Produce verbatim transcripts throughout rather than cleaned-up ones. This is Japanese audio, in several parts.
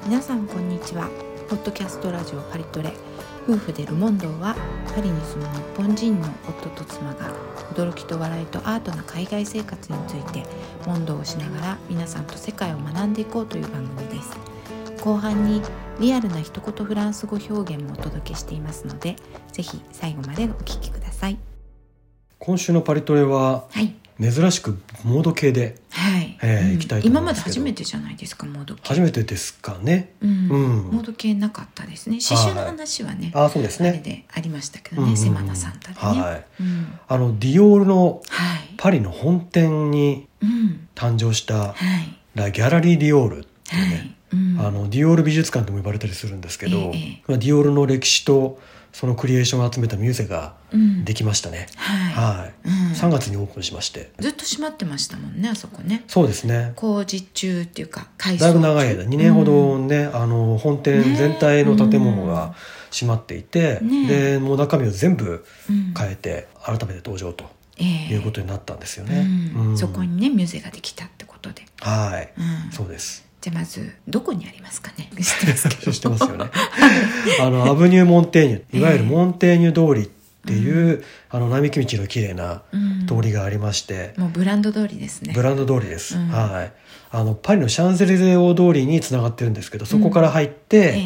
皆さんこんにちは。ポッドキャストラジオパリトレ、夫婦でルモンドーはパリに住む日本人の夫と妻が驚きと笑いとアートな海外生活について問答をしながら皆さんと世界を学んでいこうという番組です。後半にリアルな一言フランス語表現もお届けしていますので、ぜひ最後までお聞きください。 今週のパリトレは、はい、珍しくモード系で、はいえーうん、いきたいと思いますけど、今まで初めてじゃないですか、モード系。 初めてですかね、 うんうん、モード系なかったですね。刺繍の話はね、 はい、あそうですね、 あれでありましたけどね、セマナサンタでね、はいうん、 あのディオールのパリの本店に誕生した、はい、ラ・ギャラリー・ディオールっていうね、はいうん、あのディオール美術館とも呼ばれたりするんですけど、えーまあ、ディオールの歴史とそのクリエーションを集めたミューゼができましたね、うんはいはいうん、さんがつにオープンしまして、 ずっと閉まってましたもんね、あそこね。 そうですね、 工事中っていうか改装だいぶ長い間にねんほどね、うん、あの本店全体の建物が閉まっていて、ね、でもう中身を全部変えて改めて登場ということになったんですよね、 えーうん、そこにねミューゼができたってことで、 はい、 うん、 そうです。 じゃあまずどこにありますかね。知ってますけど知ってますよねあのアブニュー・モンテーニュ、いわゆるモンテーニュ通りっていう、うん、あの並木道の綺麗な通りがありまして、 うん、もうブランド通りですね。 ブランド通りです、うん、はいあのパリのシャンゼリゼ大通りにつながってるんですけど、そこから入って、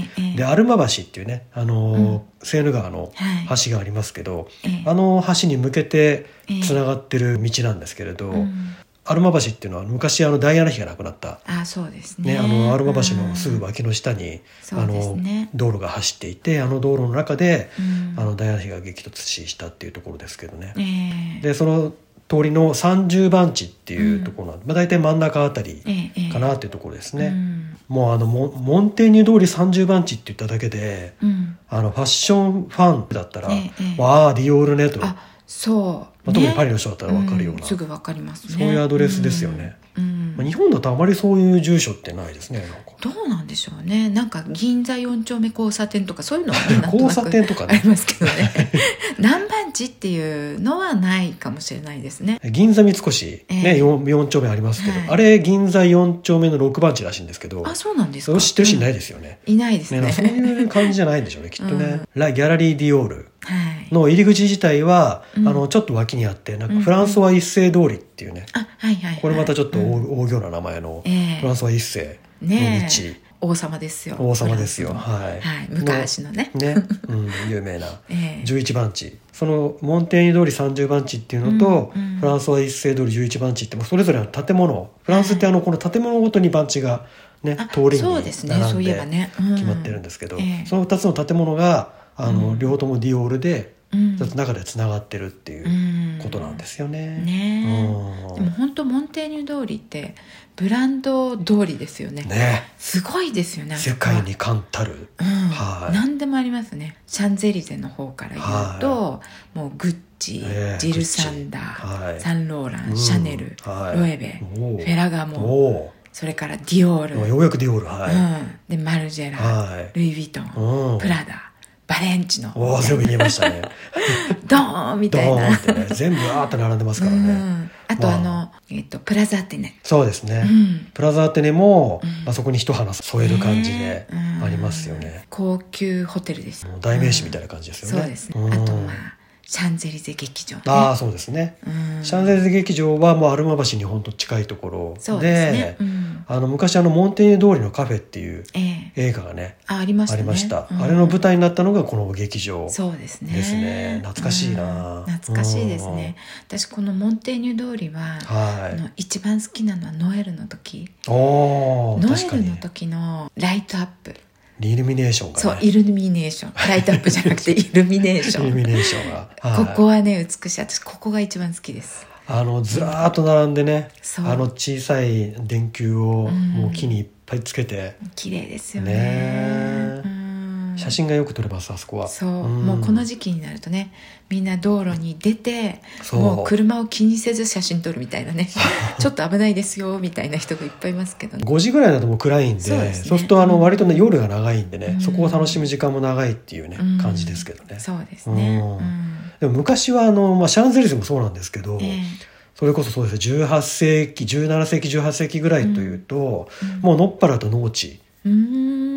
うん、でアルマ橋っていうね、あの、うん、セーヌ川の橋がありますけど、はい、あの橋に向けてつながってる道なんですけれど、うんアルマ橋っていうのは昔あのダイアナ妃が亡くなったあそうですね、 ね、あのアルマ橋のすぐ脇の下に、うん、あの道路が走っていて、あの道路の中で、うん、あのダイアナ妃が激突死したっていうところですけどね、えー、でその通りのさんじゅうばん地っていうところなんで、うんまあ、大体真ん中あたりかなっていうところですね、えーえーうん、もうあのモモンテーニュ通りさんじゅうばん地って言っただけで、うん、あのファッションファンだったら、えーえー、わあディオールねとあそうまあ、特にパリの人だったら分かるような、 うん、すぐ分かりますね。 そういうアドレスですよね、うんまあ、日本だとあまりそういう住所ってないですね。なんかどうなんでしょうね。なんか銀座よん丁目交差点とかそういうのはね交差点とかねありますけどね何番地っていうのはないかもしれないですね。 銀座三越、ねえー、4, よん丁目ありますけど、はい、あれ銀座よん丁目のろく番地らしいんですけど。 あそうなんですか。 知ってる人いないですよね、 うん、いないです ね, ねそういう感じじゃないんでしょうねきっとね、うん、ラ・ギャラリー・ディオールの入り口自体は、はい、あのちょっと脇にあってなんかフランソワ一世通りっていうね、うんうんはいはいはい、これまたちょっと 大,、うん、大行な名前のフランソワ一世の道、ね、 王様ですよ。 王様ですよ、はい、 はい、昔のねね、うん、有名なじゅういち番地、そのモンテーニュ通りさんじゅう番地っていうのと、うんうん、フランソワ一世通りじゅういち番地ってそれぞれの建物、フランスってあのこの建物ごとに番地がね、通りに並んで決まってるんですけど、そのふたつの建物があの、うん、両方ともディオールでうん、中でつながってるっていうことなんですよね。 うんねうん、でも本当モンテーニュ通りってブランド通りですよ ね, ねすごいですよね。 世界に冠たる、 うんはい、何でもありますね。シャンゼリゼの方から言うと、はい、もうグッチ、えー、ジルサンダー、はい、サンローラン、うん、シャネル、はい、ロエベ、フェラガモ、それからディオール、 ようやくディオール、はいうん、でマルジェラ、はい、ルイ・ヴィトン、うん、プラダ、バレンチのお全部言えましたねドーンみたいなドーンって、ね、全部アーッと並んでますからね、うん、 あとあの、まあえー、とプラザアテネそうですね、うん、プラザアテネも、うんまあ、そこに一花添える感じでありますよね、ねうん、高級ホテルです。 代名詞みたいな感じですよね、 うん、そうですね、うん、あとまあシャンゼリゼ劇場、ね、 ああそうですね、うん、シャンゼリゼ劇場はもうアルマ橋にほんと近いところ で, そうですね、うん、 あの昔あのモンテーニュ通りのカフェっていう映画がね、 えー、あ, ありましたね、 ありました、うん、あれの舞台になったのがこの劇場ですね。 そうですね、 懐かしいな、 うん、懐かしいですね、うん、私このモンテーニュ通りは、はい、あの一番好きなのはノエルの時、ノエルの時のライトアップ、 イルミネーションがね、 そうイルミネーション、ライトアップじゃなくてイルミネーションイルミネーションが、 はい、ここはね美しい。私ここが一番好きです。 あのずらーっと並んでね、うん、あの小さい電球をもう木にいっぱいつけて、 うん、綺麗ですよね、 ね、うん写真がよく撮れますあそこは。 そう、うん、もうこの時期になるとねみんな道路に出てもう車を気にせず写真撮るみたいなねちょっと危ないですよみたいな人がいっぱいいますけどね。 ごじぐらいだともう暗いん で, そう, で、ね、そうするとあの割とね、うん、夜が長いんでね、うん、そこを楽しむ時間も長いっていうね、うん、感じですけどね。 そうですね、うんうん、でも昔はあの、まあ、シャンゼリゼもそうなんですけど、えーそれこそそうですじゅうはっ世紀じゅうなな世紀じゅうはっ世紀ぐらいというと、うん、もうのっぱらと農地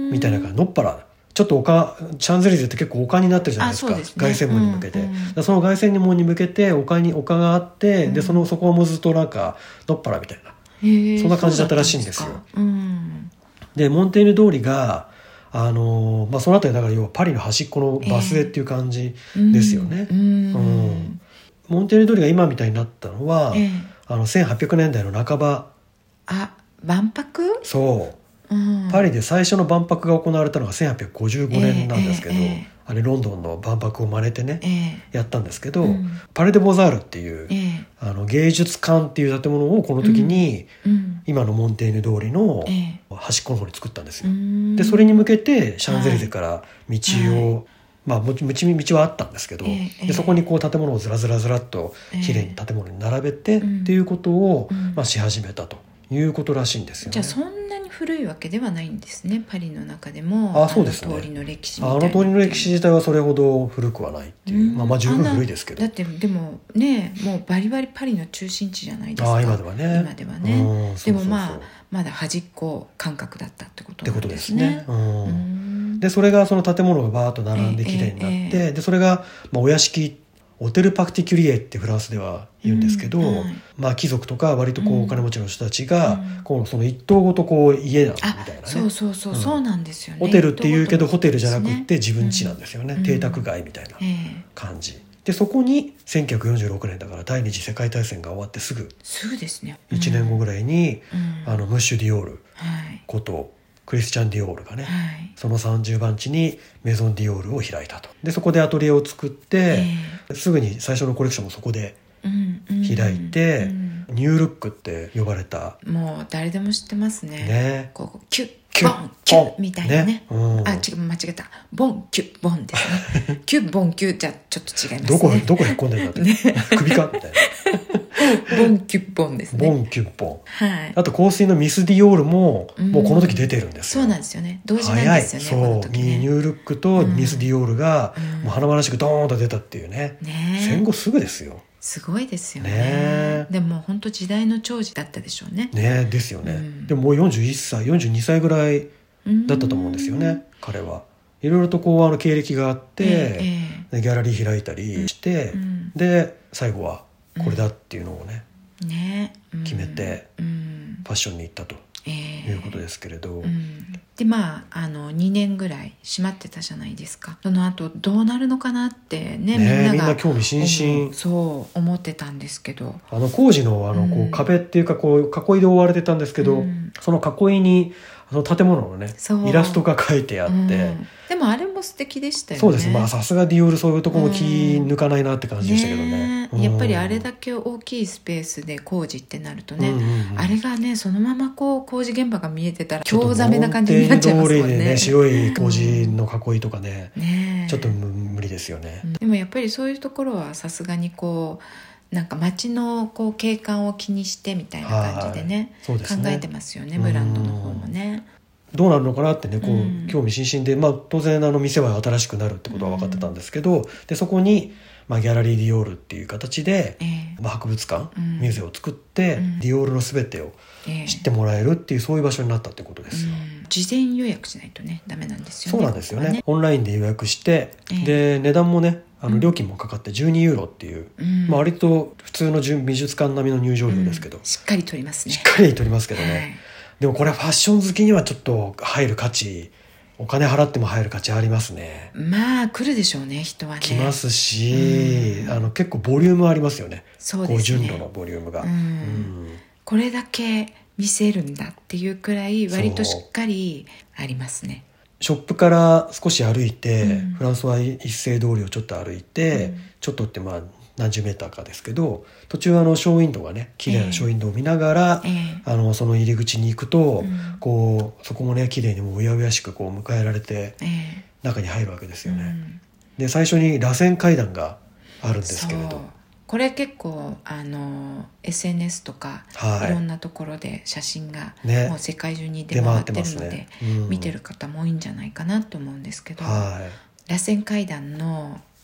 みたいな感じ、のっぱらちょっと丘、シャンゼリゼって結構丘になってるじゃないですか。 そうですね、 凱旋門に向けて、 うんうん、 その凱旋門に向けて丘に丘があって、うん、でそのそこもずっとなんかのっぱらみたいな、そんな感じだったらしいんですよ。 うん、 でモンテーニュ通りがあのーまあ、そのあたりだから要はパリの端っこのバスへっていう感じですよね。 えーうんうん、モンテーニュ通りが今みたいになったのは、 えー、 あのせんはっぴゃくねんだいの半ば。 あ、万博？ そう、うん、パリで最初の万博が行われたのがせんはっぴゃくごじゅうごねんなんですけど、えーえー、あれロンドンの万博を真似てね、えー、やったんですけど、うん、パレ・デ・ボザールっていう、えー、あの芸術館っていう建物をこの時に、うんうん、今のモンテーニュ通りの端っこの方に作ったんですよ。えー、でそれに向けてシャンゼリゼから道を、はい、まあ、道, 道はあったんですけど、えー、でそこにこう建物をずらずらずらっときれいに建物に並べて、えー、っていうことを、うんまあ、し始めたということらしいんですよね。 じゃあそんなに古いわけではないんですね、パリの中でも。 あ、そうですね、 あの通りの歴史みたいな。 あの通りの歴史自体はそれほど古くはないっていう、うん、まあ、まあ十分古いですけど。 だってでもね、もうバリバリパリの中心地じゃないですか。 あ、今ではね。 今ではね、うん、そうそうそう。でもまあまだ端っこ感覚だったってことなんですね。 ってことですね。うん、でそれがその建物がバーッと並んできれいになって、えーえー、でそれが、まあ、お屋敷、オテルパクティキュリエってフランスでは言うんですけど、うんはい、まあ、貴族とか割とこうお金持ちの人たちが、うん、こうその一棟ごとこう家なんみたいなね。 そうそうそう、うん、そうなんですよね。 ホテルって言うけどホテルじゃなくって自分家なんですよね、うん、邸宅街みたいな感じ、うん、でそこにせんきゅうひゃくよんじゅうろくねんだから第二次世界大戦が終わってすぐすぐですね、 いちねんごぐらいに、 うん、 あのムッシュ・ディオールはいことクリスチャン・ディオールがね、 はい、 そのさんじゅうばん地にメゾン・ディオールを開いたと。でそこでアトリエを作って、えー、すぐに最初のコレクションもそこで開いて、うんうんうん、ニュールックって呼ばれた、 もう誰でも知ってますね。 ね、 こうキュッボンキュッみたいな ね, ね、うん、あ違う間違えた、ボンキュッボンですねキュッボンキュッじゃちょっと違いますね。 どこどこへっこんでんだって、ね、首かみたいなボンキュッボンですね。 ボンキュッボン、 はい、 あと香水のミス・ディオールも、うん、もうこの時出てるんですよ。 そうなんですよね、同時なんですよね。 早い、そう、この時ね、ニュールックとミス・ディオールが、うん、もう華々しくドーンと出たっていうね、ね、戦後すぐですよ。 すごいですよ ね, ね。 でも本当時代の寵児だったでしょうね。 ねですよね、うん、でももうよんじゅういっさいよんじゅうにさいぐらいだったと思うんですよね、彼はいろいろとこうあの経歴があって、えー、ギャラリー開いたりして、うん、で最後はこれだっていうのをね、 うんねうん、 決めて、 うん、 ファッションに行ったということですけれど、 えーうん、でまああのにねんぐらい閉まってたじゃないですか。その後どうなるのかなってね、 ね、 みんながみんな興味津々 そう思ってたんですけど、 あの工事のあのこう壁っていうかこう囲いで覆われてたんですけど、うん、その囲いにあの建物のねイラストが描いてあって、うん、 でもあれも素敵でしたよね。 そうです、まあさすがディオールそういうとこも気抜かないなって感じでしたけどね、 ね、うん、やっぱりあれだけ大きいスペースで工事ってなるとね、うんうんうん、あれがねそのままこう工事現場が見えてたら興ざめな感じになっちゃいますもんね。通りでね白い工事の囲いとかね、うん、ねちょっと無理ですよね、 うん、でもやっぱりそういうところはさすがにこうなんか街のこう景観を気にしてみたいな感じでね、そうですね考えてますよね、ブランドの方もね。 どうなるのかなってねこう、うん、興味津々で、まあ、当然あの店は新しくなるってことは分かってたんですけど、うん、でそこに、まあ、ギャラリー・ディオールっていう形で、えーまあ、博物館、うん、ミューゼを作って、うん、ディオールの全てを知ってもらえるっていう、そういう場所になったってことですよ、 うん、事前予約しないとねダメなんですよね。 そうなんですよね、ねオンラインで予約して、えー、で値段もねあの料金もかかってじゅうにユーロっていう、うんまあ、割と普通の美術館並みの入場料ですけど、うん、 しっかり取りますね。 しっかり取りますけどね、 はい、 でもこれはファッション好きにはちょっと入る価値、お金払っても入る価値ありますね。 まあ来るでしょうね、人はね。 来ますし、うん、あの結構ボリュームありますよね。 そうですね、 こう純度のボリュームが、うんうん、 これだけ見せるんだっていうくらい割としっかりありますね。 ショップから少し歩いて、うん、フランソワ一世通りをちょっと歩いて、うん、ちょっとってまあ何十メーターかですけど、途中あのショーウィンドウがね綺麗なショーウィンドウを見ながら、えー、あのその入り口に行くと、うん、こうそこもね綺麗にもううやうやしくこう迎えられて、えー、中に入るわけですよね、うん、で最初に螺旋階段があるんですけれど、 これ結構あの エスエヌエス とか、はい、いろんなところで写真がもう世界中に出回ってるので、ねうん、見てる方も多いんじゃないかなと思うんですけど、はい、螺旋階段の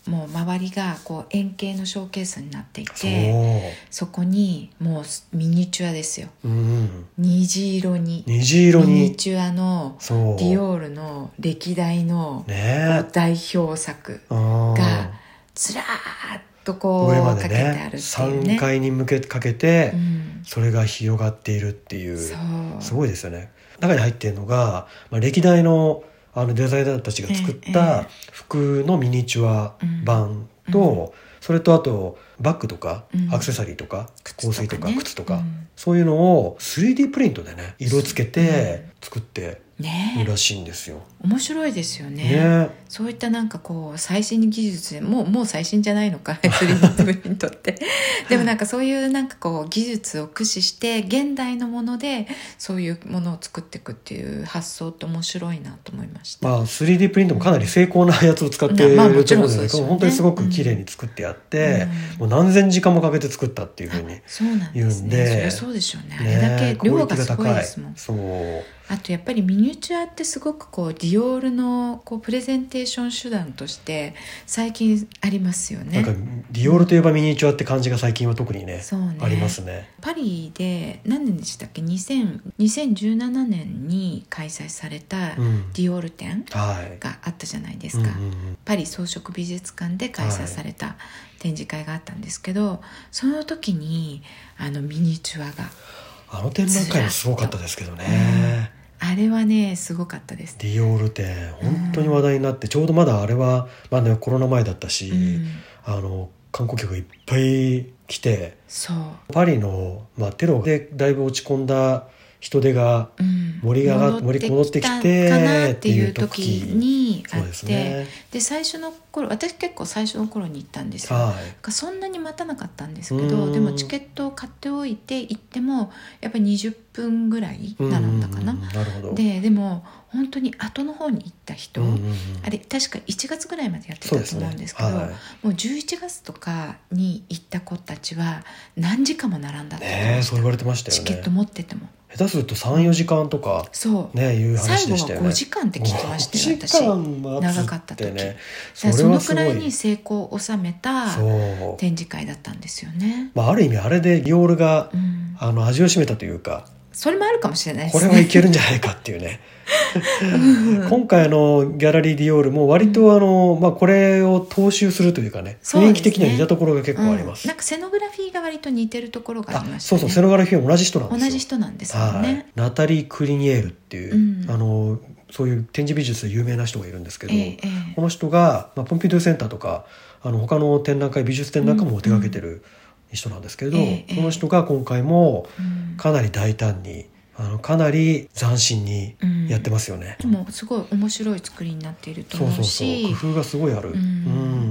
もう周りがこう円形のショーケースになっていて、そこにもうミニチュアですよ、うん、虹色に虹色にミニチュアのディオールの歴代の代表作がずらーっとこうかけてあるっていうね、 さんかいに向けかけてそれが広がっているっていう、うん、すごいですよね。中に入っているのが、まあ、歴代のあのデザイナーたちが作った服のミニチュア版と、うんうん、それとあとバッグとかアクセサリーとか、うん、香水とか靴とか、うん、そういうのを スリーディー プリントでね色つけて作っているらしいんですよ、 ね、面白いですよ ね, ねそういったなんかこう最新技術でもう、もう最新じゃないのか スリーディー プリントってでもなんかそういうなんかこう技術を駆使して現代のものでそういうものを作っていくっていう発想って面白いなと思いました。 まあ スリーディー プリントもかなり精巧なやつを使っていると思うんですけど、まあ、本当にすごく綺麗に作ってあって、うん、もう何千時間もかけて作ったっていうふうに言うんで、 そりゃそうでしょうね。あれだけ量がすごいですもん。 そうあとやっぱりミニチュアってすごくこうディオールのこうプレゼンテーション手段として最近ありますよね。 なんかディオールといえばミニチュアって感じが最近は特に ね, そうねありますね。 パリで何年でしたっけ、にせんじゅうななねんに開催されたディオール展があったじゃないですか、うんはいうんうん、パリ装飾美術館で開催された展示会があったんですけど、その時にあのミニチュアがあの展覧会もすごかったですけどね、 うん、あれはねすごかったです。 ディオール展本当に話題になって、うん、ちょうどまだあれは、まあね、コロナ前だったし、うん、あの観光客がいっぱい来て、 そうパリの、まあ、テロでだいぶ落ち込んだ人手が盛り上が、うん、盛り戻ってきてかなっていう時にあって、そうですね、で最初の頃私結構最初の頃に行ったんですよ、はい、そんなに待たなかったんですけど、でもチケットを買っておいて行ってもやっぱりにじゅっぷんぐらい並んだかな。 なるほど。 ででも本当に後の方に行った人、うんうんうん、あれ確かいちがつぐらいまでやってたと思うんですけど、ねはい、もうじゅういちがつとかに行った子たちは何時間も並んだって言ってました、ね、 そう言われてましたよね。 チケット持ってても下手すると さんよじかんとか、 そう、 ね、いう話でしたよね。 最後はごじかんって聞きましたよ、 私ごじかん待つってね、 長かった時、 それはすごい、 そのくらいに成功を収めた展示会だったんですよね。 まあ、ある意味あれでディオールが、うん、あの味を占めたというか、 それもあるかもしれないですね。 これはいけるんじゃないかっていうね今回のギャラリーディオールも割とあの、まあ、これを踏襲するというかね、雰囲気的には似たところが結構あります、 うん、なんかセノグラフィーが割と似てるところがありましたね。 そうそう、セノグラフィーは同じ人なんですよ。 同じ人なんですよね、はい、 ナタリー・クリニエールっていう、うん、あのそういう展示美術で有名な人がいるんですけど、えーえー、この人が、まあ、ポンピドゥセンターとかあの他の展覧会美術展なんかも手掛けてる人なんですけど、うんうんえー、この人が今回もかなり大胆に、あのかなり斬新にやってますよね、 うん、でもすごい面白い作りになっていると思うし、そうそうそう、 工夫がすごいある、うんうん、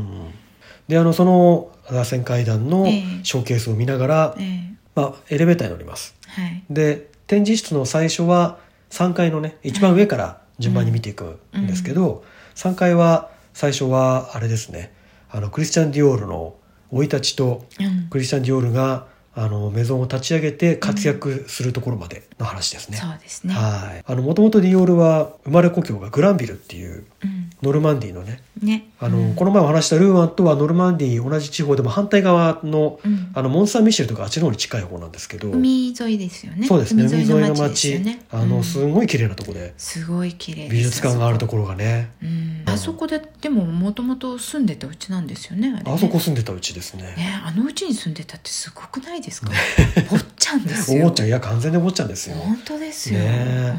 であのその螺旋階段のショーケースを見ながら、えーまあ、エレベーターに乗ります、はい、で展示室の最初はさんがいのね一番上から順番に見ていくんですけど、はいうん、さんがいは最初はあれですね、あのクリスチャン・ディオールの生い立ちと、うん、クリスチャン・ディオールがあのメゾンを立ち上げて活躍するところまでの話ですね、 うん、そうですね。 はい、あのもともとディオールは生まれ故郷がグランビルっていうノルマンディーのね、うんねあのうん、この前お話したルーアンとはノルマンディー同じ地方でも反対側 の,、うん、あのモン・サン・ミシェルとかあっちの方に近い方なんですけど、 海沿いですよね。 そうですね、海沿いの街、ね、あのすごい綺麗なとこで、 すごい綺麗です。 美術館があるところがね、 うん、あそこででももともと住んでた家なんですよね、あれね。 あそこ住んでた家ですね。 ね、あの家に住んでたってすごくないですか坊ちゃんですよ。 坊ちゃん、いや完全に坊ちゃんですよ。 本当ですよ、ねうん、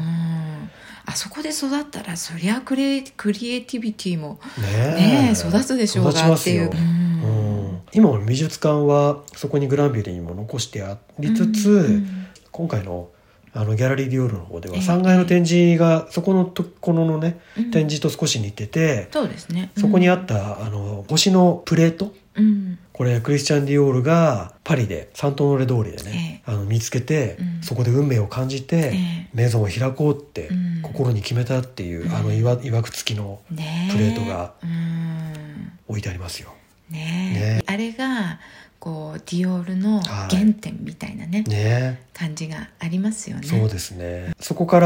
あそこで育ったらそりゃクリエ、クリエイティビティもね、ね育つでしょうがっていう、うんうん、 今の美術館はそこにグランビルにも残してありつつ、うんうん、今回のあのギャラリーディオールの方ではさんがいの展示がそこのところのね、うん、展示と少し似てて、 そうですね、 そこにあったあの星のプレート、うん、これクリスチャン・ディオールがパリでサントノーレ通りでね、えー、あの見つけて、うん、そこで運命を感じて、えー、メゾンを開こうって心に決めたっていう、うん、あのいわ、いわくつきのプレートが置いてありますよ、 ねね、あれがこうディオールの原点みたいな ね,、はい、ね感じがありますよね。 そうですね。そこから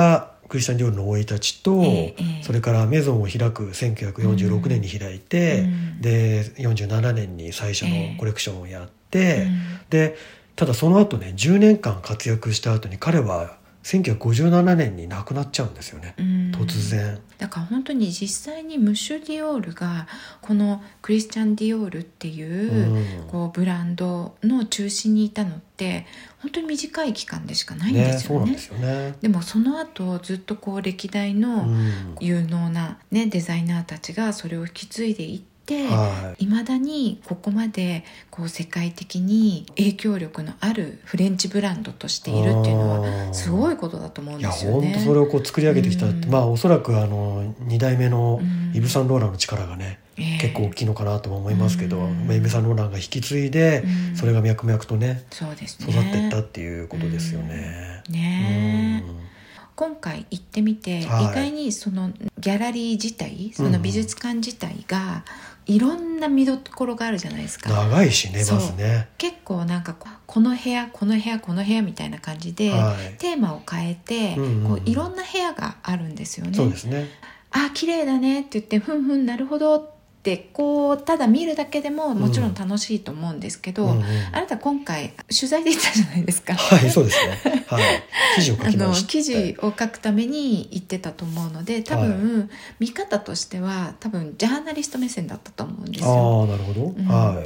クリスチャン・ディオールの生い立ちと、えー、それからメゾンを開くせんきゅうひゃくよんじゅうろくねんに開いて、うん、でよんじゅうななねんに最初のコレクションをやって、えーうん、でただその後ねじゅうねんかん活躍した後に彼はせんきゅうひゃくごじゅうななねんに亡くなっちゃうんですよね、うん、突然。 だから本当に実際にムッシュ・ディオールがこのクリスチャン・ディオールっていう、うん、こうブランドの中心にいたのって本当に短い期間でしかないんですよね。 ね、そうなんですよね。 でもその後ずっとこう歴代の有能な、ね、デザイナーたちがそれを引き継いでいっていまだにここまでこう世界的に影響力のあるフレンチブランドとしているっていうのはすごいことだと思うんですよね。 いや本当それをこう作り上げてきたって、うん、まあおそらくあのに代目のイヴ・サンローランの力がね、うん、結構大きいのかなとも思いますけど、うんまあ、イヴ・サンローランが引き継いで、うん、それが脈々とね、そうですね、育っていったっていうことですよね。 うん、ねえ、うん今回行ってみて、はい、意外にそのギャラリー自体その美術館自体がいろんな見どころがあるじゃないですか。 長いしね、まずね結構なんかこの部屋この部屋この部屋みたいな感じで、はい、テーマを変えて、うんうん、こういろんな部屋があるんですよね。 そうですね。 あ綺麗だねって言ってふんふんなるほどってこうただ見るだけでももちろん楽しいと思うのですけど、うんうんうん、あなた今回取材で行ったじゃないですか。 はいそうですね、はい、記事を書きました。あの記事を書くために行ってたと思うので多分、はい、見方としては多分ジャーナリスト目線だったと思うんですよ。 ああなるほど、うんはい、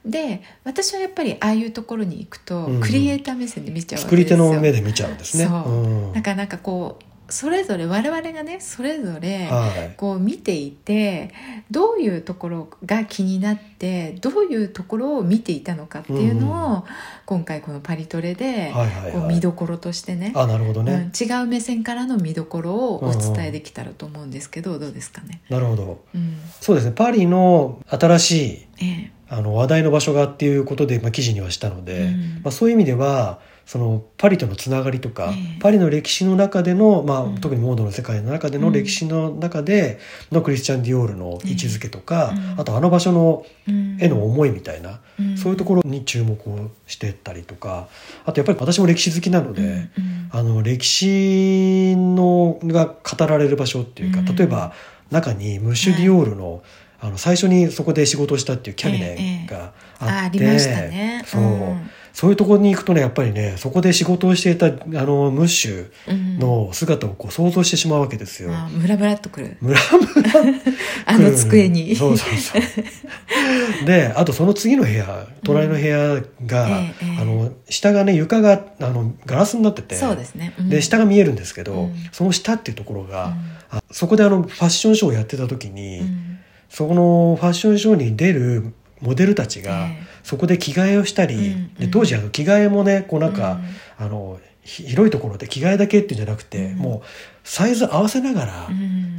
で私はやっぱりああいうところに行くと、うん、クリエイター目線で見ちゃうわけですよ。 作り手の目で見ちゃうんですね。 そう、うん、だからなんかこうそれぞれ我々がねそれぞれこう見ていて、はい、どういうところが気になってどういうところを見ていたのかっていうのを、うん、今回このパリトレでこう見どころとしてね、 あなるほどね、 うん、違う目線からの見どころをお伝えできたらと思うんですけど、うんうん、どうですかね。 なるほど、うん、そうですね。パリの新しい、ええ、あの話題の場所がっていうことで、まあ、記事にはしたので、うんまあ、そういう意味ではそのパリとのつながりとか、えー、パリの歴史の中での、まあうん、特にモードの世界の中での歴史の中でのクリスチャン・ディオールの位置づけとか、えー、あとあの場所のへの思いみたいな、うん、そういうところに注目をしてったりとか、あとやっぱり私も歴史好きなので、うんうん、あの歴史のが語られる場所っていうか、例えば中にムッシュ・ディオールの、はいあの最初にそこで仕事をしたっていうキャビネがあって、ええええ、あ、ありましたね、そう、うん、そういうところに行くとねやっぱりねそこで仕事をしていたあのムッシュの姿をこう想像してしまうわけですよ、うん、あムラムラっとくるムラムラあの机にそうそうそうであとその次の部屋隣の部屋が、うんええ、あの下がね床があのガラスになっててそうですね、うん、 で下が見えるんですけど、うん、その下っていうところが、うん、あそこであのファッションショーをやってた時に、うんそこのファッションショーに出るモデルたちがそこで着替えをしたり、えー、で当時あの着替えもねこうなんか、うん、あの広いところで着替えだけっていうんじゃなくて、うん、もうサイズ合わせながら、うん、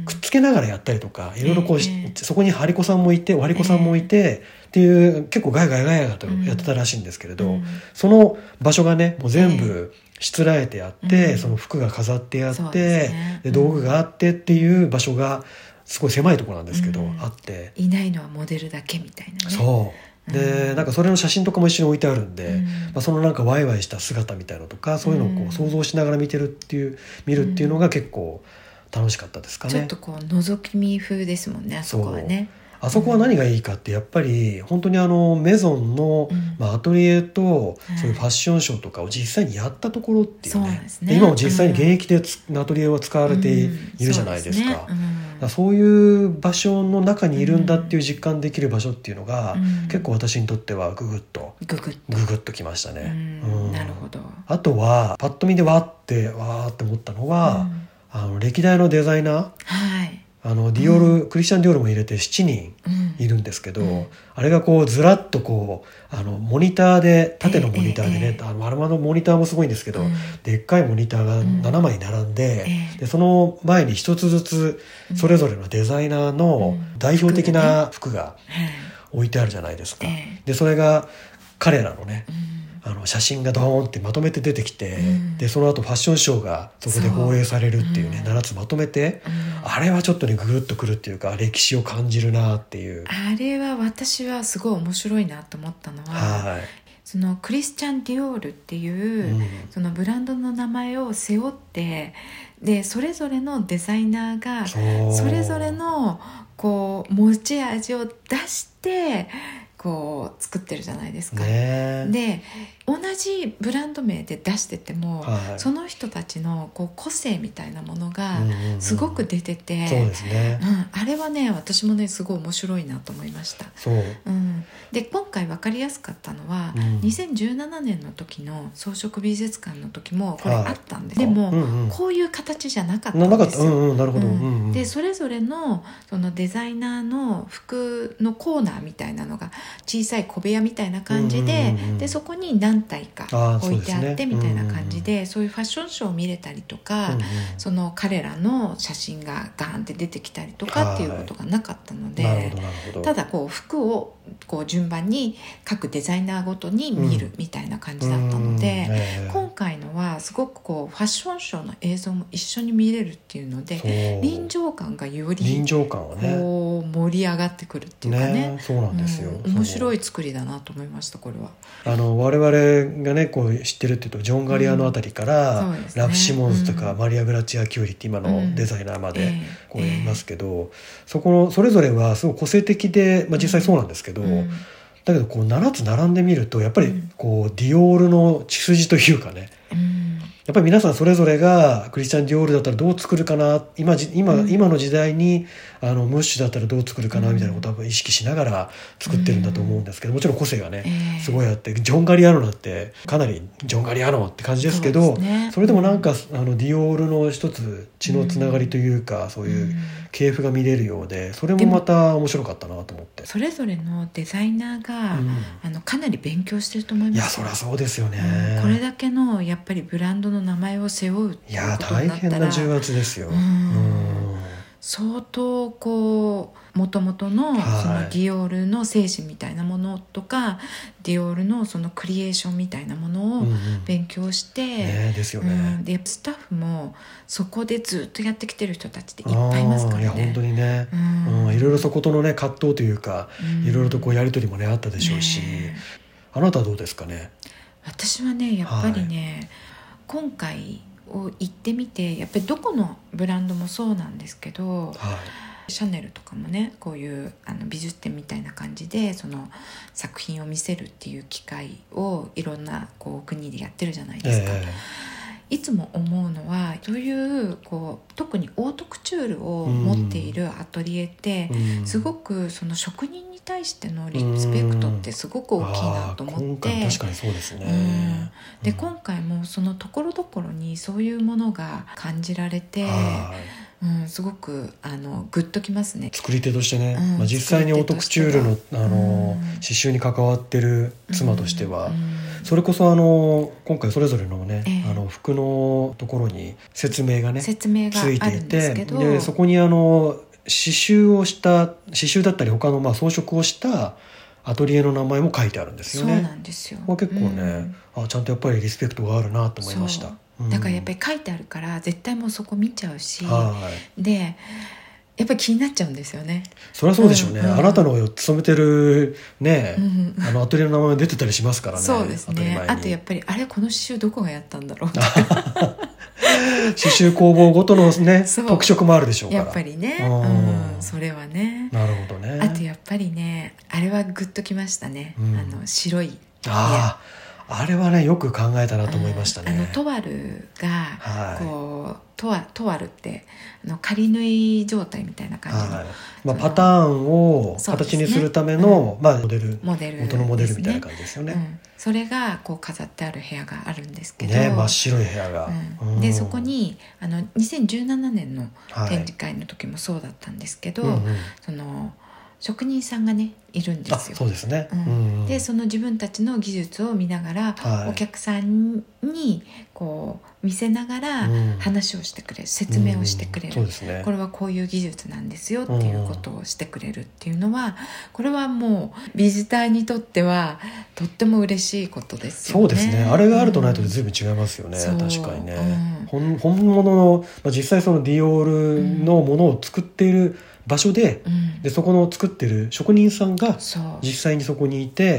くっつけながらやったりとかいろいろこう、えー、そこに張り子さんもいて割り子さんもいて、えー、っていう結構ガヤガヤガヤガヤとやってたらしいんですけれど、うん、その場所がねもう全部しつらえてあって、うん、その服が飾ってあって、ね、で道具があってっていう場所がすごい狭いところなんですけど、うん、あっていないのはモデルだけみたいなね。 そうで、うん、なんかそれの写真とかも一緒に置いてあるんで、うんまあ、そのなんかワイワイした姿みたいなのとかそういうのをこう想像しながら見てるっていう見るっていうのが結構楽しかったですかね。 ちょっとこう覗き見風ですもんねあそこはね。 あそこは何がいいかってやっぱり本当にあのメゾンの、うんまあ、アトリエとそういうファッションショーとかを実際にやったところっていうね、うん、そうですね。今も実際に現役でつ、うん、アトリエは使われているじゃないですか、うん そうですねうん、そういう場所の中にいるんだっていう実感できる場所っていうのが、うん、結構私にとってはググッとググッとググッときましたね、 うんうん、なるほど。 あとはパッと見でわーってわーって思ったのは、うん、あの歴代のデザイナー、はいあのディオール、うん、クリスチャン・ディオールも入れてしちにんいるんですけど、うん、あれがこうずらっとこうあのモニターで縦のモニターでね、えーえー、あの丸のモニターもすごいんですけど、うん、でっかいモニターがななまい並んで、うん、でその前に一つずつそれぞれのデザイナーの代表的な服が置いてあるじゃないですか、えー、でそれが彼らのね、うんあの写真がドーンってまとめて出てきて、うん、でその後ファッションショーがそこで放映されるっていうね、うん、ななつまとめて、うん、あれはちょっとねググッとくるっていうか歴史を感じるなっていう。 あれは私はすごい面白いなと思ったのは、はいそのクリスチャン・ディオールっていう、うん、そのブランドの名前を背負って、でそれぞれのデザイナーがそれぞれのこう持ち味を出してこう作ってるじゃないですか、ね、で同じブランド名で出してても、はい、その人たちのこう個性みたいなものがすごく出てて、うんうんうん、そうですね、うん、あれはね私もねすごい面白いなと思いました。 そう、 うん、で今回分かりやすかったのは、うん、にせんじゅうななねんの時の装飾美術館の時もこれあったんです、はい、でも、うんうん、こういう形じゃなかったんですよ。 うんうん、なるほど、うんうん、でそれぞれ の, そのデザイナーの服のコーナーみたいなのが小さい小部屋みたいな感じで、うんうんうん、でそこに何体か置いてあってみたいな感じ で, で、ね、そういうファッションショーを見れたりとか、うんうん、その彼らの写真がガーンって出てきたりとかっていうことがなかったので、ただこう服をこう順番に各デザイナーごとに見るみたいな感じだったので、うんえー、今回のはすごくこうファッションショーの映像も一緒に見れるっていうので臨場感がより臨場感はねこう盛り上がってくるっていうか ね, ねそうなんですよ、 うん、面白い作りだなと思いました。これはあの我々がねこう知ってるっていうとジョン・ガリアのあたりから、うんね、ラフ・シモンズとか、うん、マリア・グラッチア・キューリって今のデザイナーまでこういますけど、うんえーえー、そこのそれぞれはすごい個性的で、まあ、実際そうなんですけど、うんだけどこうななつ並んでみるとやっぱりこうディオールの血筋というかね、うん、やっぱり皆さんそれぞれがクリスチャン・ディオールだったらどう作るかな 今, 今, 今の時代にあのムッシュだったらどう作るかなみたいなことを意識しながら作ってるんだと思うんですけど、もちろん個性がねすごいあって、ジョン・ガリアーノだってかなりジョン・ガリアーノって感じですけど、 そうですね、それでもなんかあのディオールの一つ血のつながりというか、そういう系譜が見れるようで、それもまた面白かったなと思って。 それぞれのデザイナーが、うん、あのかなり勉強してると思います。 いやそりゃそうですよね、 うん、これだけのやっぱりブランドの名前を背負うっていうことになったら、いや大変な重圧ですよ、うんうん、相当こうもともとのそのディオールの精神みたいなものとか、はい、ディオールのそのクリエーションみたいなものを勉強して、うんうんね、ですよね、 うん、でスタッフもそこでずっとやってきてる人たちっていっぱいいますからね。 いや本当にね、うんうん、いろいろそことのね葛藤というか、うん、いろいろとこうやり取りもねあったでしょうし、ね、あなたはどうですかね。 私はねやっぱりね、はい、今回を行ってみてやっぱりどこのブランドもそうなんですけど、はい、シャネルとかもねこういうあの美術展みたいな感じでその作品を見せるっていう機会をいろんなこう国でやってるじゃないですか、えー、いつも思うのはそういうこう特にオートクチュールを持っているアトリエって、うん、すごくその職人に対してのリスペクトってすごく大きいなと思って、うん、 今回確かにそうですね、 うん、で、うん、今回もそのところどころにそういうものが感じられて、うん、すごくあのグッときますね。 作り手としてね、うんまあ、実際にオートクチュールの、あの、うん、刺繍に関わってる妻としては、うん、それこそあの今回それぞれのね、えー、あの服のところに説明がね説明がついていて、 でそこにあの刺繍をした刺繍だったり他のまあ装飾をしたアトリエの名前も書いてあるんですよね。 そうなんですよ。 これ結構ね、うん、あちゃんとやっぱりリスペクトがあるなと思いました。 だからやっぱり書いてあるから絶対もうそこ見ちゃうし、はい、でやっぱり気になっちゃうんですよね。 そりゃそうでしょうね、うんうん、あなたの勤めてるね、うん、あのアトリエの名前が出てたりしますからね。 そうですね。あとやっぱりあれこの刺繍どこがやったんだろうとか刺繍工房ごとのね特色もあるでしょうからやっぱりね、うん、それはね。 なるほどね。 あとやっぱりねあれはグッときましたね、うん、あの白いああれはねよく考えたなと思いましたね。 あのトワルがこう、はい、トワ、トワルってあの仮縫い状態みたいな感じの、はいまあ、パターンを形にするための、ねうんまあ、モデルモデル元のモデルみたいな感じですよね、うん、 それがこう飾ってある部屋があるんですけど、 ね、真っ白い部屋が、 うんうん、でそこにあのにせんじゅうななねんの展示会の時もそうだったんですけど、はいうんうん、その職人さんがねいるんですよ。 あそうですね、 うんうん、でその自分たちの技術を見ながら、はい、お客さんにこう見せながら話をしてくれる、うん、説明をしてくれる、うんそうですね、これはこういう技術なんですよっていうことをしてくれるっていうのは、これはもうビジターにとってはとっても嬉しいことですよね。 そうですね。あれがあるとないとで随分違いますよね、うん、確かにね、うん、本, 本物の、まあ、実際そのディオールのものを作っている場所で、うん、でそこの作ってる職人さんが実際にそこにいて、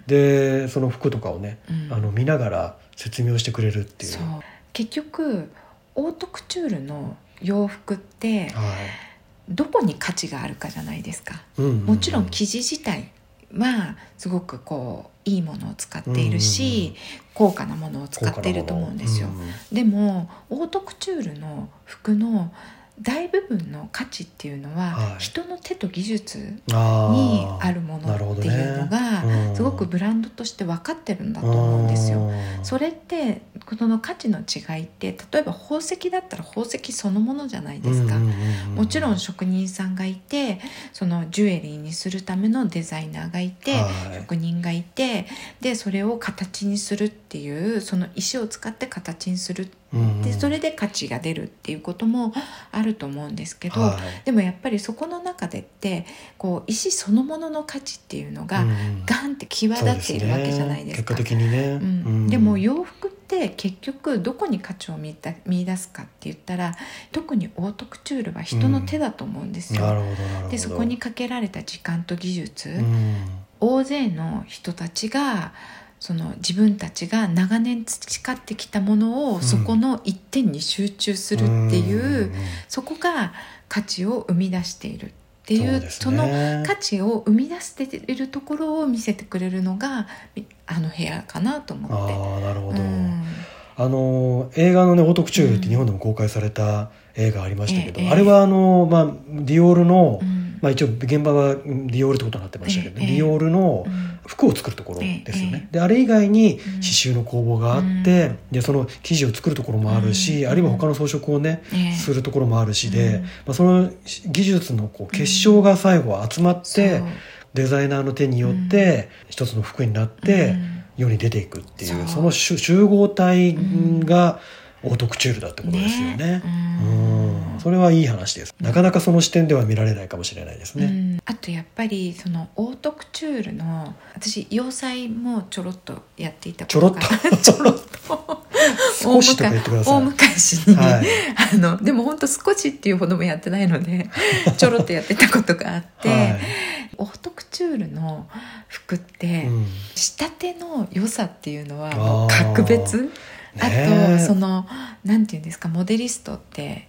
でその服とかをね、 うん、 あの見ながら説明をしてくれるっていう。 そう結局オートクチュールの洋服って、はい、どこに価値があるかじゃないですか、うんうんうん、もちろん生地自体はすごくこういいものを使っているし、うんうんうん、高価なものを使っていると思うんですよ、うんうん、でもオートクチュールの服の大部分の価値っていうのは、はい、人の手と技術にあるものっていうのが、ね、すごくブランドとして分かってるんだと思うんですよ。それってこの価値の違いって例えば宝石だったら宝石そのものじゃないですか、うんうんうん、もちろん職人さんがいてそのジュエリーにするためのデザイナーがいて、はい、職人がいてでそれを形にするっていうその石を使って形にするでそれで価値が出るっていうこともあると思うんですけど、はい、でもやっぱりそこの中でってこう石そのものの価値っていうのがガンって際立っているわけじゃないですか。 結果的にね、 うんうん、でも洋服って結局どこに価値を見た見出すかって言ったら特にオートクチュールは人の手だと思うんですよ、 うん、なるほどなるほど。 でそこにかけられた時間と技術、 うん、 大勢の人たちがその自分たちが長年培ってきたものをそこの一点に集中するっていう、うん、そこが価値を生み出しているっていう、 そ, その価値を生み出しているところを見せてくれるのがあの部屋かなと思って。 ああなるほど、うん、あの映画のねオートクチュールって日本でも公開された映画ありましたけど、うん、あれはあの、まあ、ディオールの、うんまあ、一応現場はディオールってことになってましたけど、ええ、ディオールの服を作るところですよね、ええ、であれ以外に刺繍の工房があって、うん、でその生地を作るところもあるし、うん、あるいは他の装飾をね、ええ、するところもあるしで、うんまあ、その技術のこう結晶が最後は集まって、うん、デザイナーの手によって一つの服になって世に出ていくっていう、うん、その集合体がオートクチュールだってことですよね。ねうん、それはいい話です。なかなかその視点では見られないかもしれないですね。うん、 あとやっぱりそのオートクチュールの私洋裁もちょろっとやっていたことがちょろっと少しとか言ってください。 大昔に、はい、あのでも本当少しっていうほどもやってないのでちょろっとやってたことがあって、はい、オートクチュールの服って、うん、仕立ての良さっていうのはもう格別。あとそのなんていうんですかモデリストって、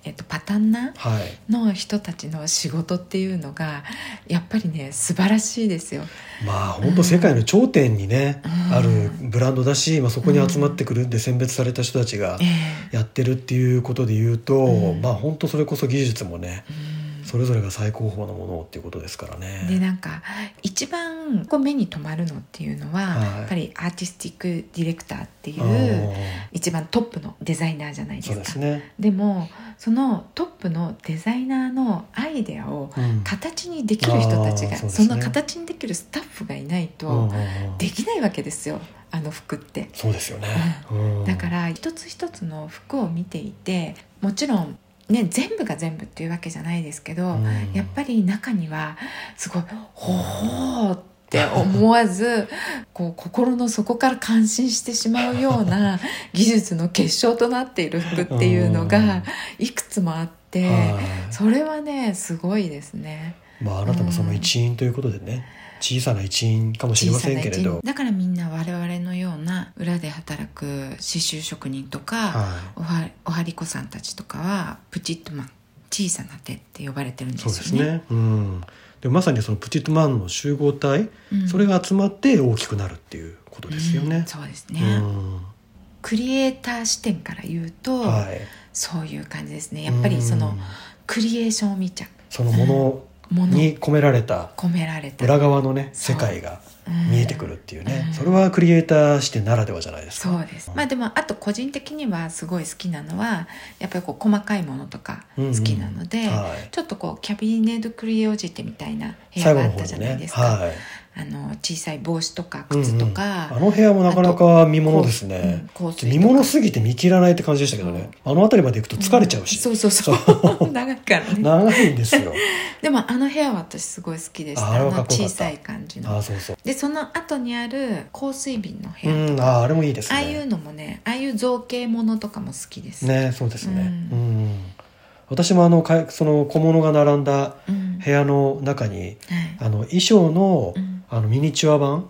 えっと、パタンナーの人たちの仕事っていうのがやっぱりね素晴らしいですよ。 まあ本当世界の頂点にね、うん、あるブランドだし、まあ、そこに集まってくるんで選別された人たちがやってるっていうことで言うと、うん、まあ本当それこそ技術もね、うん、それぞれが最高峰のものっていうことですからね。 でなんか一番こう目に留まるのっていうのは、はい、やっぱりアーティスティックディレクターっていう一番トップのデザイナーじゃないですか。 そうですね。 でもそのトップのデザイナーのアイデアを形にできる人たちが、うん そ, ね、その形にできるスタッフがいないとできないわけですよ、あの服って。 そうですよね、 うん、だから一つ一つの服を見ていてもちろんね、全部が全部っていうわけじゃないですけど、うん、やっぱり中にはすごいほほーって思わずこう心の底から感心してしまうような技術の結晶となっている服っていうのがいくつもあって、うん、それはねすごいですね。 まあ、あなたもその一員ということでね、うん、小さな一員かもしれませんけれど、 だからみんな我々のような裏で働く刺繍職人とか、はい、おはおはりこさんたちとかはプチッとマン、小さな手って呼ばれてるんですよね。 そうですね、うん、でもまさにそのプチッとマンの集合体、うん、それが集まって大きくなるっていうことですよね、 うん、そうですね、うん、クリエイター視点から言うと、はい、そういう感じですね。やっぱりそのクリエーションを見ちゃう、 そのものに込められた込められた裏側のね世界が見えてくるっていうね、うん、それはクリエイター視点ならではじゃないですか。 そうです、うん、まあでもあと個人的にはすごい好きなのはやっぱりこう細かいものとか好きなので、うんうんはい、ちょっとこうキャビネ・ド・クリエオジテみたいな部屋があったじゃないですか、ねはい、あの小さい帽子とか靴とか、 うんうん、あの部屋もなかなか見ものですね、うん、見ものすぎて見切らないって感じでしたけどね、あの辺りまで行くと疲れちゃうし、 うん、そうそうそう長いからね長いんですよでもあの部屋は私すごい好きでした。 あ, あの小さい感じのあそうそうでその後にある香水瓶の部屋とか、うん、あ, あれもいいですね。 ああいうのもね、ああいう造形ものとかも好きですね。そうですね、うんうん、私もあのその小物が並んだ部屋の中に、うん、あの衣装の、うん、あのミニチュア版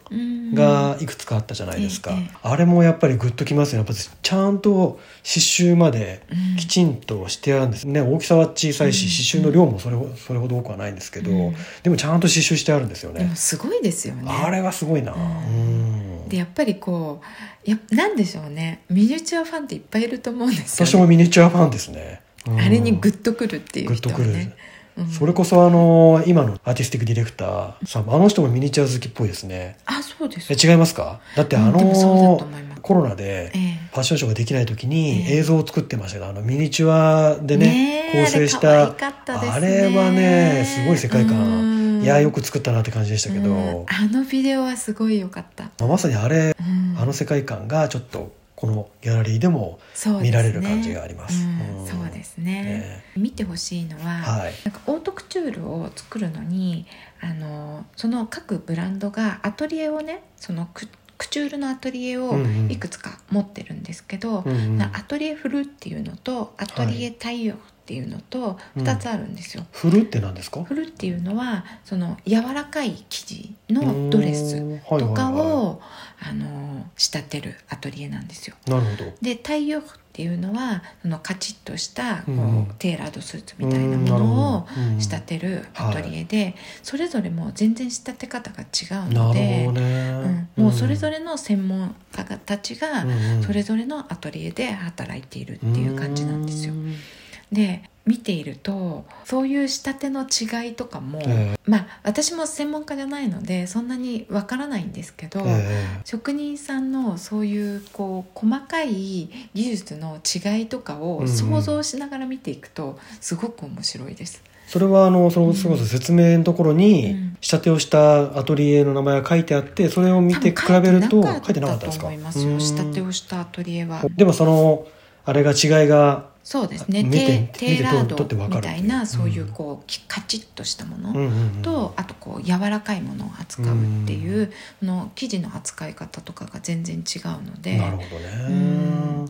がいくつかあったじゃないですか、 ええ、 あれもやっぱりグッときますよ。やっぱちゃんと刺繍まできちんとしてあるんですね、うん、大きさは小さいし刺繍の量もそれほ、それほど多くはないんですけど、うん、でもちゃんと刺繍してあるんですよね。 でもすごいですよね、 あれはすごいな、うんうん、でやっぱりこうやなんでしょうね、ミニチュアファンっていっぱいいると思うんですよね。 私もミニチュアファンですね、うん、 あれにグッとくるっていう人はね、 グッとくる、うん、それこそあの今のアーティスティックディレクターさん、あの人もミニチュア好きっぽいですね。 あ、そうですか。 え違いますか？だってあの、うん、コロナでファッションショーができない時に映像を作ってましたけど、ええ、あのミニチュアで ね, ね構成したあ れ, ね、 あれはねすごい世界観、いやよく作ったなって感じでしたけど、 あのビデオはすごい良かった、 まさにあれ、あの世界観がちょっとこのギャラリーでも見られる感じがあります。 そうですね、ね、見てほしいのは、はい、なんかオートクチュールを作るのにあのその各ブランドがアトリエをね、そのククチュールのアトリエをいくつか持ってるんですけど、うんうん、アトリエフルっていうのとアトリエ太陽っていうのとふたつあるんですよ、 うん、フルって何ですか？ フルっていうのはその柔らかい生地のドレスとかを、はいはいはい、あの仕立てるアトリエなんですよ。 なるほど。 で太陽っていうのはそのカチッとしたこう、うん、テーラードスーツみたいなものを仕立てるアトリエで、うんはい、それぞれも全然仕立て方が違うので、なるほどね、うん、もうそれぞれの専門家たちがそれぞれのアトリエで働いているっていう感じなんですよ。で見ているとそういう仕立ての違いとかも、えー、まあ私も専門家じゃないのでそんなにわからないんですけど、えー、職人さんのそういうこう細かい技術の違いとかを想像しながら見ていくとすごく面白いです。 それはあのそのその説明のところに仕立てをしたアトリエの名前が書いてあって、それを見て比べると書いてなかったですか？ 書いてなかったと思いますよ、仕立てをしたアトリエは。 でもそのあれが違いがそうですね、テ, テーラードみたいなそういうこうカチッとしたものと、うんうんうん、あとこう柔らかいものを扱うっていう、うん、の生地の扱い方とかが全然違うので、 なるほどね、 うん、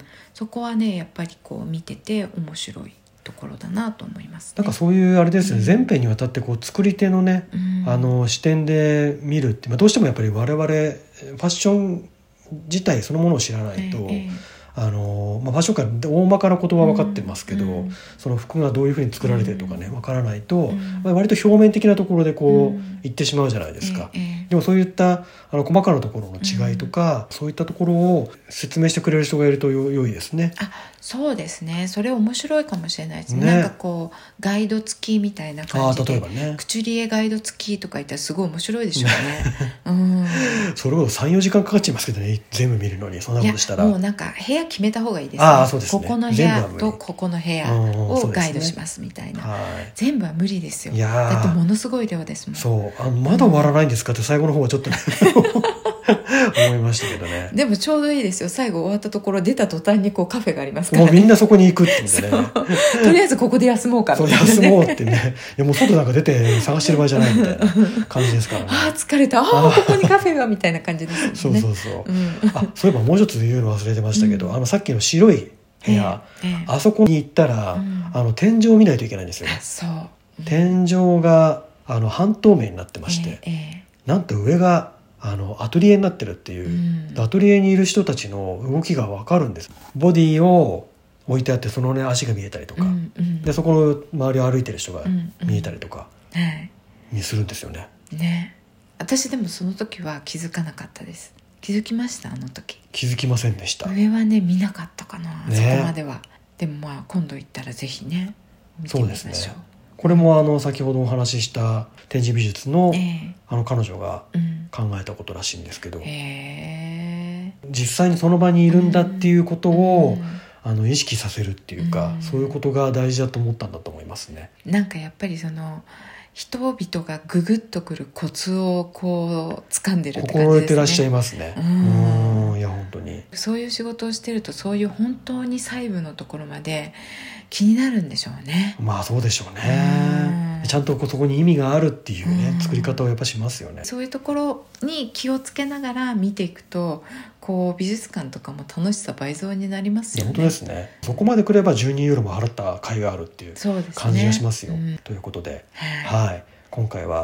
そこはねやっぱりこう見てて面白いところだなと思います、ね、 なんかそういうあれですよね、うん、全編にわたってこう作り手のね、うん、あの視点で見るって、まあ、どうしてもやっぱり我々ファッション自体そのものを知らないと、えーえーあのまあ、ファッション界大まかなことは分かってますけど、うん、その服がどういうふうに作られてるとかね分からないと、うんまあ、割と表面的なところでこう、うん、言ってしまうじゃないですか、ええ、でもそういったあの細かなところの違いとか、うん、そういったところを説明してくれる人がいるとよ良いですね。 あ、そうですね、それ面白いかもしれないですね、なんかこうガイド付きみたいな感じで、あ、例えばね、クチュリエガイド付きとか言ったらすごい面白いでしょうね、うん、それこそさん,よ 時間かかっちゃいますけどね、全部見るのに。そんなことしたらもうなんか部屋決めた方がいいですね。 ああ、そうですね、 ここの部屋とここの部屋をガイドしますみたいな、うんね、はい、全部は無理ですよ。いやだってものすごい量ですもん。 そうあのまだ終わらないんですかって最後の方はちょっとね思いましたけどね。 でもちょうどいいですよ、最後終わったところ出た途端にこうカフェがありますからね、 もうみんなそこに行くって言うんでねとりあえずここで休もうかみたいな、ね、 そう休もうってね、いやもう外なんか出て探してる場合じゃないみたいな感じですからねああ疲れた、ああここにカフェがみたいな感じですよねそうそうそう、うん、あそういえばもう一つ言うの忘れてましたけど、うん、あのさっきの白い部屋、えーえー、あそこに行ったら、うん、あの天井を見ないといけないんですよ。 そう、 うん、天井があの半透明になってまして、えーえー、なんと上があのアトリエになってるっていう、うん、アトリエにいる人たちの動きが分かるんです。ボディを置いてあってそのね足が見えたりとか、うんうん、でそこの周りを歩いてる人が見えたりとかにするんですよね、 うんうん、ね。私でもその時は気づかなかったです。気づきました？あの時気づきませんでした。 上はね見なかったかな、ね、そこまでは。でもまあ今度行ったらぜひね見てみましょう。そうですね、 これもあの先ほどお話しした展示美術の、えー、あの彼女が考えたことらしいんですけど、うんえー、実際にその場にいるんだっていうことを、うん、あの意識させるっていうか、うん、そういうことが大事だと思ったんだと思いますね。 なんかやっぱりその人々がググッとくるコツをこう掴んでるって感じですね。 心得てらっしゃいますね。うん、うん、いや本当にそういう仕事をしてるとそういう本当に細部のところまで気になるんでしょうね。 まあそうでしょうね。ちゃんとそこに意味があるっていうね、作り方をやっぱしますよね。 そういうところに気をつけながら見ていくとこう美術館とかも楽しさ倍増になりますよね。 本当ですね。そこまで来ればじゅうにユーロも払った甲斐があるっていう感じがしますよ。す、ねうん、ということで、はい、はい、今回は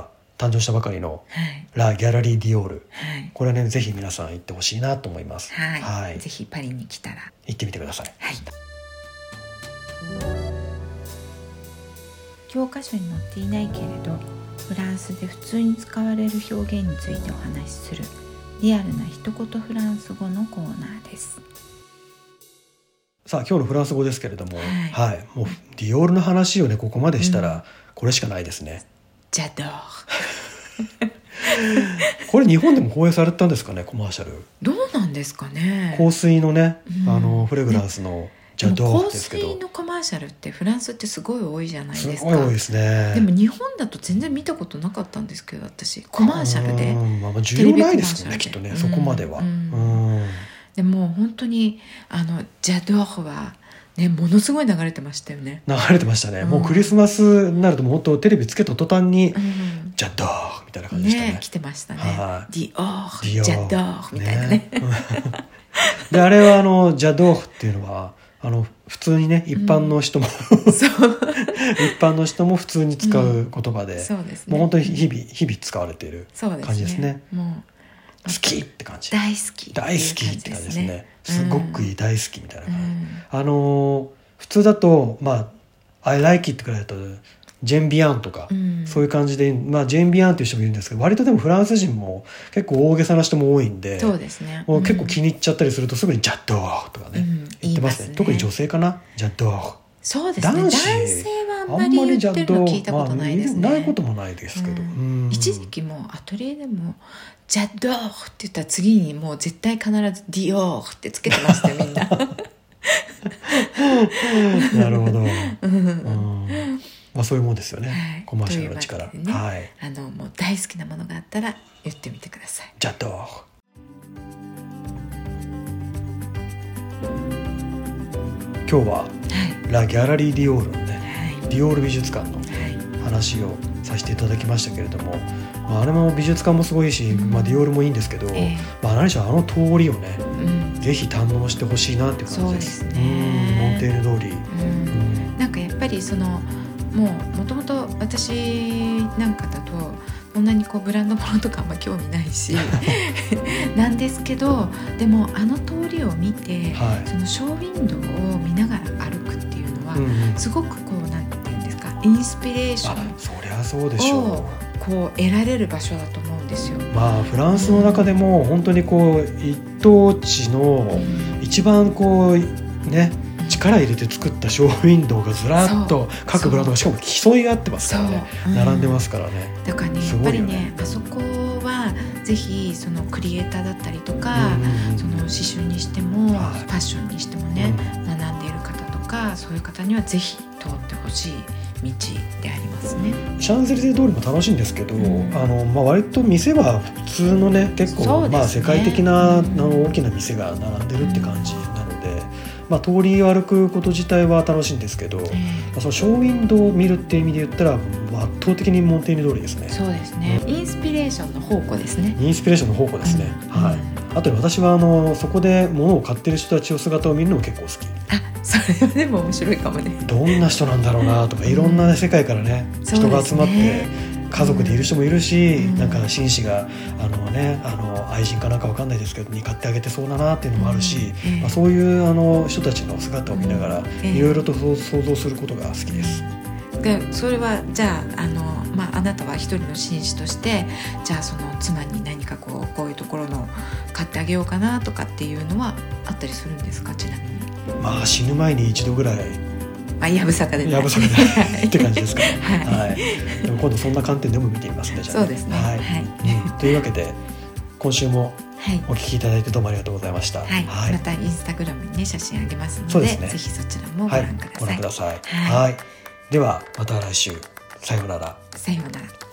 誕生したばかりのラ・ギャラリー・ディオール、はい、これはねぜひ皆さん行ってほしいなと思います、 はいはい、ぜひパリに来たら行ってみてください、 はい、教科書に載っていないけれどフランスで普通に使われる表現についてお話しするリアルな一言フランス語のコーナーです。 さあ今日のフランス語ですけれども、はいはい、もうディオールの話をねここまでしたらこれしかないですね、 ジャドーこれ日本でも放映されたんですかね、コマーシャル。 どうなんですかね。 香水のね、うん、あのフレグランスのジャドーですけど、 香水のコマーシャルってフランスってすごい多いじゃないですか。 すごい多いですね。 でも日本だと全然見たことなかったんですけど、私コマーシャルで、 まあ、需要ないですよねきっとね、うん、そこまでは、うんうん、でも本当にあのジャドーはね、ものすごい流れてましたよね。 流れてましたね、うん、もうクリスマスになるともう本当テレビつけた途端に、うん、ジャドーみたいな感じでしたね。 ね、来てましたね。ディオー、ジャドーみたいなね。ねであれはあのジャドーっていうのはあの普通にね一般の人も、うん、そう一般の人も普通に使う言葉で、うん、そうですね、もう本当に日々日々使われている感じですね。もう好きって感じ。 大好き大好きって感じですね。すごくいい、大好きみたいな感じ、うん、あの普通だとまあ I like it くらいだとジェンビアンとか、うん、そういう感じで、まあ、ジェンビアンっていう人もいるんですけど、割とでもフランス人も結構大げさな人も多いんで、 そうですね、 もう結構気に入っちゃったりするとすぐにジャッドーとかね、うん、言ってますね。特に女性かな、ジャッドー。 そうですね、男性はあんまり言ってるの聞いたことないですね、 まあ、ないこともないですけど、うん、 一時期もアトリエでもジャッドーって言ったら次にもう絶対必ずディオーってつけてましたよみんななるほど、うん、まあ、そういうもんですよね、はい、コマーシャルの力、ね、はい、 あのもう大好きなものがあったら言ってみてください。 ジャッドー。今日は、はい、ラ・ギャラリー・ディオールのね、はい、ディオール美術館の話をさせていただきましたけれども、まあ、あれも美術館もすごいし、うん、まあ、ディオールもいいんですけど、えーまあ、何しろあの通りをね、うん、ぜひ堪能してほしいなっていう感じです。そうですね、うん、モンテーヌ通り、うんうん、なんかやっぱりそのもうもともと私なんかだとそんなにこうブランド物とかあんま興味ないしなんですけど、でもあの通りを見て、はい、そのショーウィンドウを見ながら歩くっていうのは、うんうん、すごくこうなんていうんですか、インスピレーションそりゃそうでしょう、 こう得られる場所だと思うんですよ。 まあフランスの中でも本当にこう一等地の一番こうね力入れて作ったショーウィンドウがずらっと各ブランドがしかも競い合ってますからね、うん、並んでますからね。 だからね、やっぱりね、あそこはぜひそのクリエイターだったりとか、うんうん、その刺繍にしても、はい、ファッションにしてもね、うん、学んでいる方とかそういう方にはぜひ通ってほしい道でありますね。 シャンゼリゼ通りも楽しいんですけど、うん、あのまあ、割と店は普通のね結構、ね、まあ、世界的な、うん、あの大きな店が並んでるって感じなので、まあ、通りを歩くこと自体は楽しいんですけど、うん、まあ、そのショーウィンドウを見るっていう意味で言ったら圧倒的にモンテーヌ通りですね。 そうですね、インスピレーションの宝庫ですね。 インスピレーションの宝庫ですね、うん、はい、あと私はあのそこで物を買ってる人たちの姿を見るのも結構好き。 あ、それはでも面白いかもね。 どんな人なんだろうなとか、いろんな、ね、世界からね、うん、人が集まって家族でいる人もいるし、うん、なんか紳士があの、ね、あの愛人かなんか分かんないですけどに買ってあげてそうだなっていうのもあるし、うん、えーまあ、そういうあの人たちの姿を見ながら、えー、いろいろと想像することが好きです。 でそれはじゃあ、あの、まあ、あなたは一人の紳士としてじゃあその妻に何かこうこういうところの買ってあげようかなとかっていうのはあったりするんですか？ちなみに。まあ死ぬ前に一度ぐらい、 まあ、やぶさかでやぶさかでって感じですかね、はいはい、でも今度そんな観点でも見てみますね。じゃあね、そうですね、はいはい、うん、というわけで今週もお聞きいただいてどうもありがとうございました、 はいはい、またインスタグラムに、ね、写真あげますの で, そうです、ね、ぜひそちらもご覧ください、 はい、ご覧ください、はいはい、ではまた来週、さようなら。 さようなら。